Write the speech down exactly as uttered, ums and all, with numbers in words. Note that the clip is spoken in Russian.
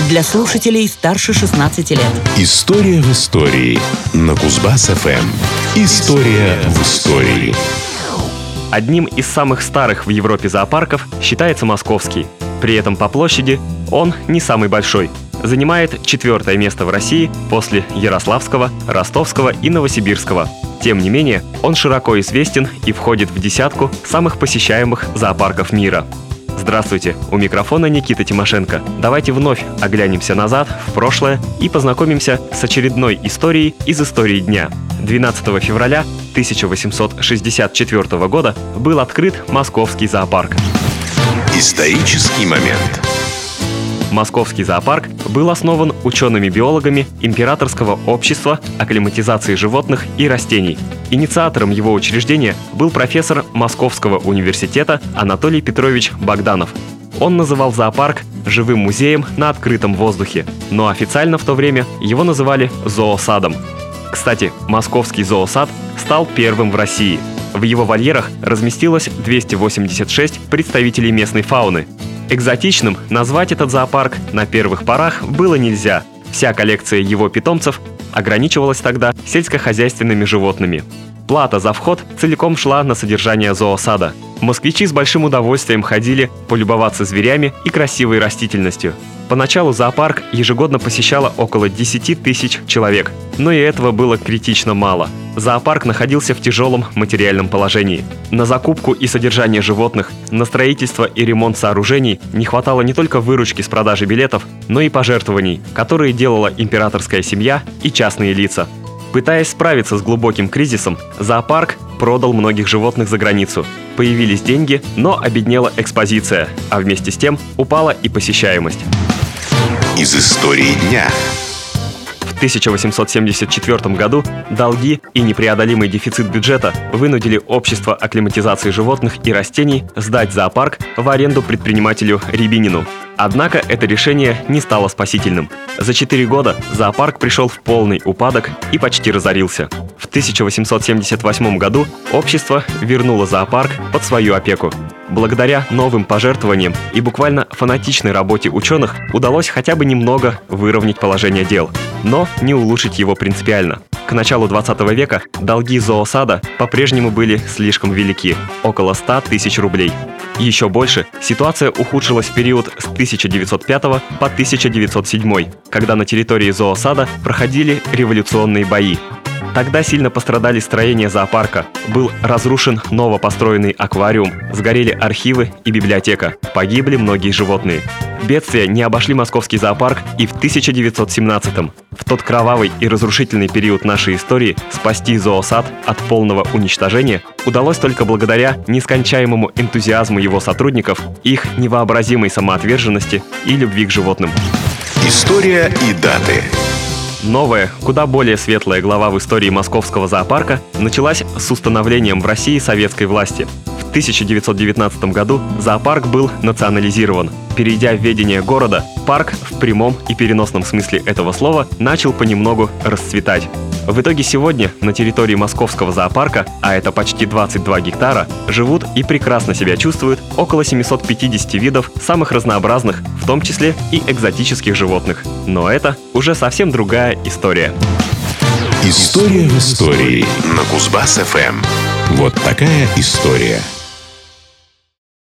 для слушателей старше шестнадцати лет. История в истории на Кузбасс-ФМ. История в истории. Одним из самых старых в Европе зоопарков считается московский. При этом по площади он не самый большой. Занимает четвертое место в России после Ярославского, Ростовского и Новосибирского. Тем не менее, он широко известен и входит в десятку самых посещаемых зоопарков мира. Здравствуйте, у микрофона Никита Тимошенко. Давайте вновь оглянемся назад, в прошлое, и познакомимся с очередной историей из истории дня. двенадцатого февраля тысяча восемьсот шестьдесят четвёртого года был открыт Московский зоопарк. Исторический момент. Московский зоопарк был основан учеными-биологами Императорского общества акклиматизации животных и растений. Инициатором его учреждения был профессор Московского университета Анатолий Петрович Богданов. Он называл зоопарк живым музеем на открытом воздухе, но официально в то время его называли зоосадом. Кстати, Московский зоосад стал первым в России. В его вольерах разместилось двести восемьдесят шесть представителей местной фауны. Экзотичным назвать этот зоопарк на первых порах было нельзя. Вся коллекция его питомцев ограничивалась тогда сельскохозяйственными животными. Плата за вход целиком шла на содержание зоосада. Москвичи с большим удовольствием ходили полюбоваться зверями и красивой растительностью. Поначалу зоопарк ежегодно посещало около десяти тысяч человек, но и этого было критично мало. Зоопарк находился в тяжелом материальном положении. На закупку и содержание животных, на строительство и ремонт сооружений не хватало не только выручки с продажи билетов, но и пожертвований, которые делала императорская семья и частные лица. Пытаясь справиться с глубоким кризисом, зоопарк продал многих животных за границу. Появились деньги, но обеднела экспозиция, а вместе с тем упала и посещаемость. Из истории дня. В тысяча восемьсот семьдесят четвёртом году долги и непреодолимый дефицит бюджета вынудили Общество акклиматизации животных и растений сдать зоопарк в аренду предпринимателю Рябинину. Однако это решение не стало спасительным. За четыре года зоопарк пришел в полный упадок и почти разорился. В тысяча восемьсот семьдесят восьмом году общество вернуло зоопарк под свою опеку. Благодаря новым пожертвованиям и буквально фанатичной работе ученых удалось хотя бы немного выровнять положение дел, но не улучшить его принципиально. К началу двадцатого века долги зоосада по-прежнему были слишком велики – около ста тысяч рублей. Еще больше ситуация ухудшилась в период с тысяча девятьсот пятого по тысяча девятьсот седьмой, когда на территории зоосада проходили революционные бои. Тогда сильно пострадали строения зоопарка, был разрушен новопостроенный аквариум, сгорели архивы и библиотека, погибли многие животные. Бедствия не обошли московский зоопарк и в тысяча девятьсот семнадцатом. В тот кровавый и разрушительный период нашей истории спасти зоосад от полного уничтожения удалось только благодаря нескончаемому энтузиазму его сотрудников, их невообразимой самоотверженности и любви к животным. История и даты. Новая, куда более светлая глава в истории московского зоопарка началась с установлением в России советской власти. В тысяча девятьсот девятнадцатом году зоопарк был национализирован. Перейдя в ведение города, парк в прямом и переносном смысле этого слова начал понемногу расцветать. В итоге сегодня на территории московского зоопарка, а это почти двадцать два гектара, живут и прекрасно себя чувствуют около семисот пятидесяти видов самых разнообразных, в том числе и экзотических животных. Но это уже совсем другая история. История в истории на Кузбасс-ФМ. Вот такая история.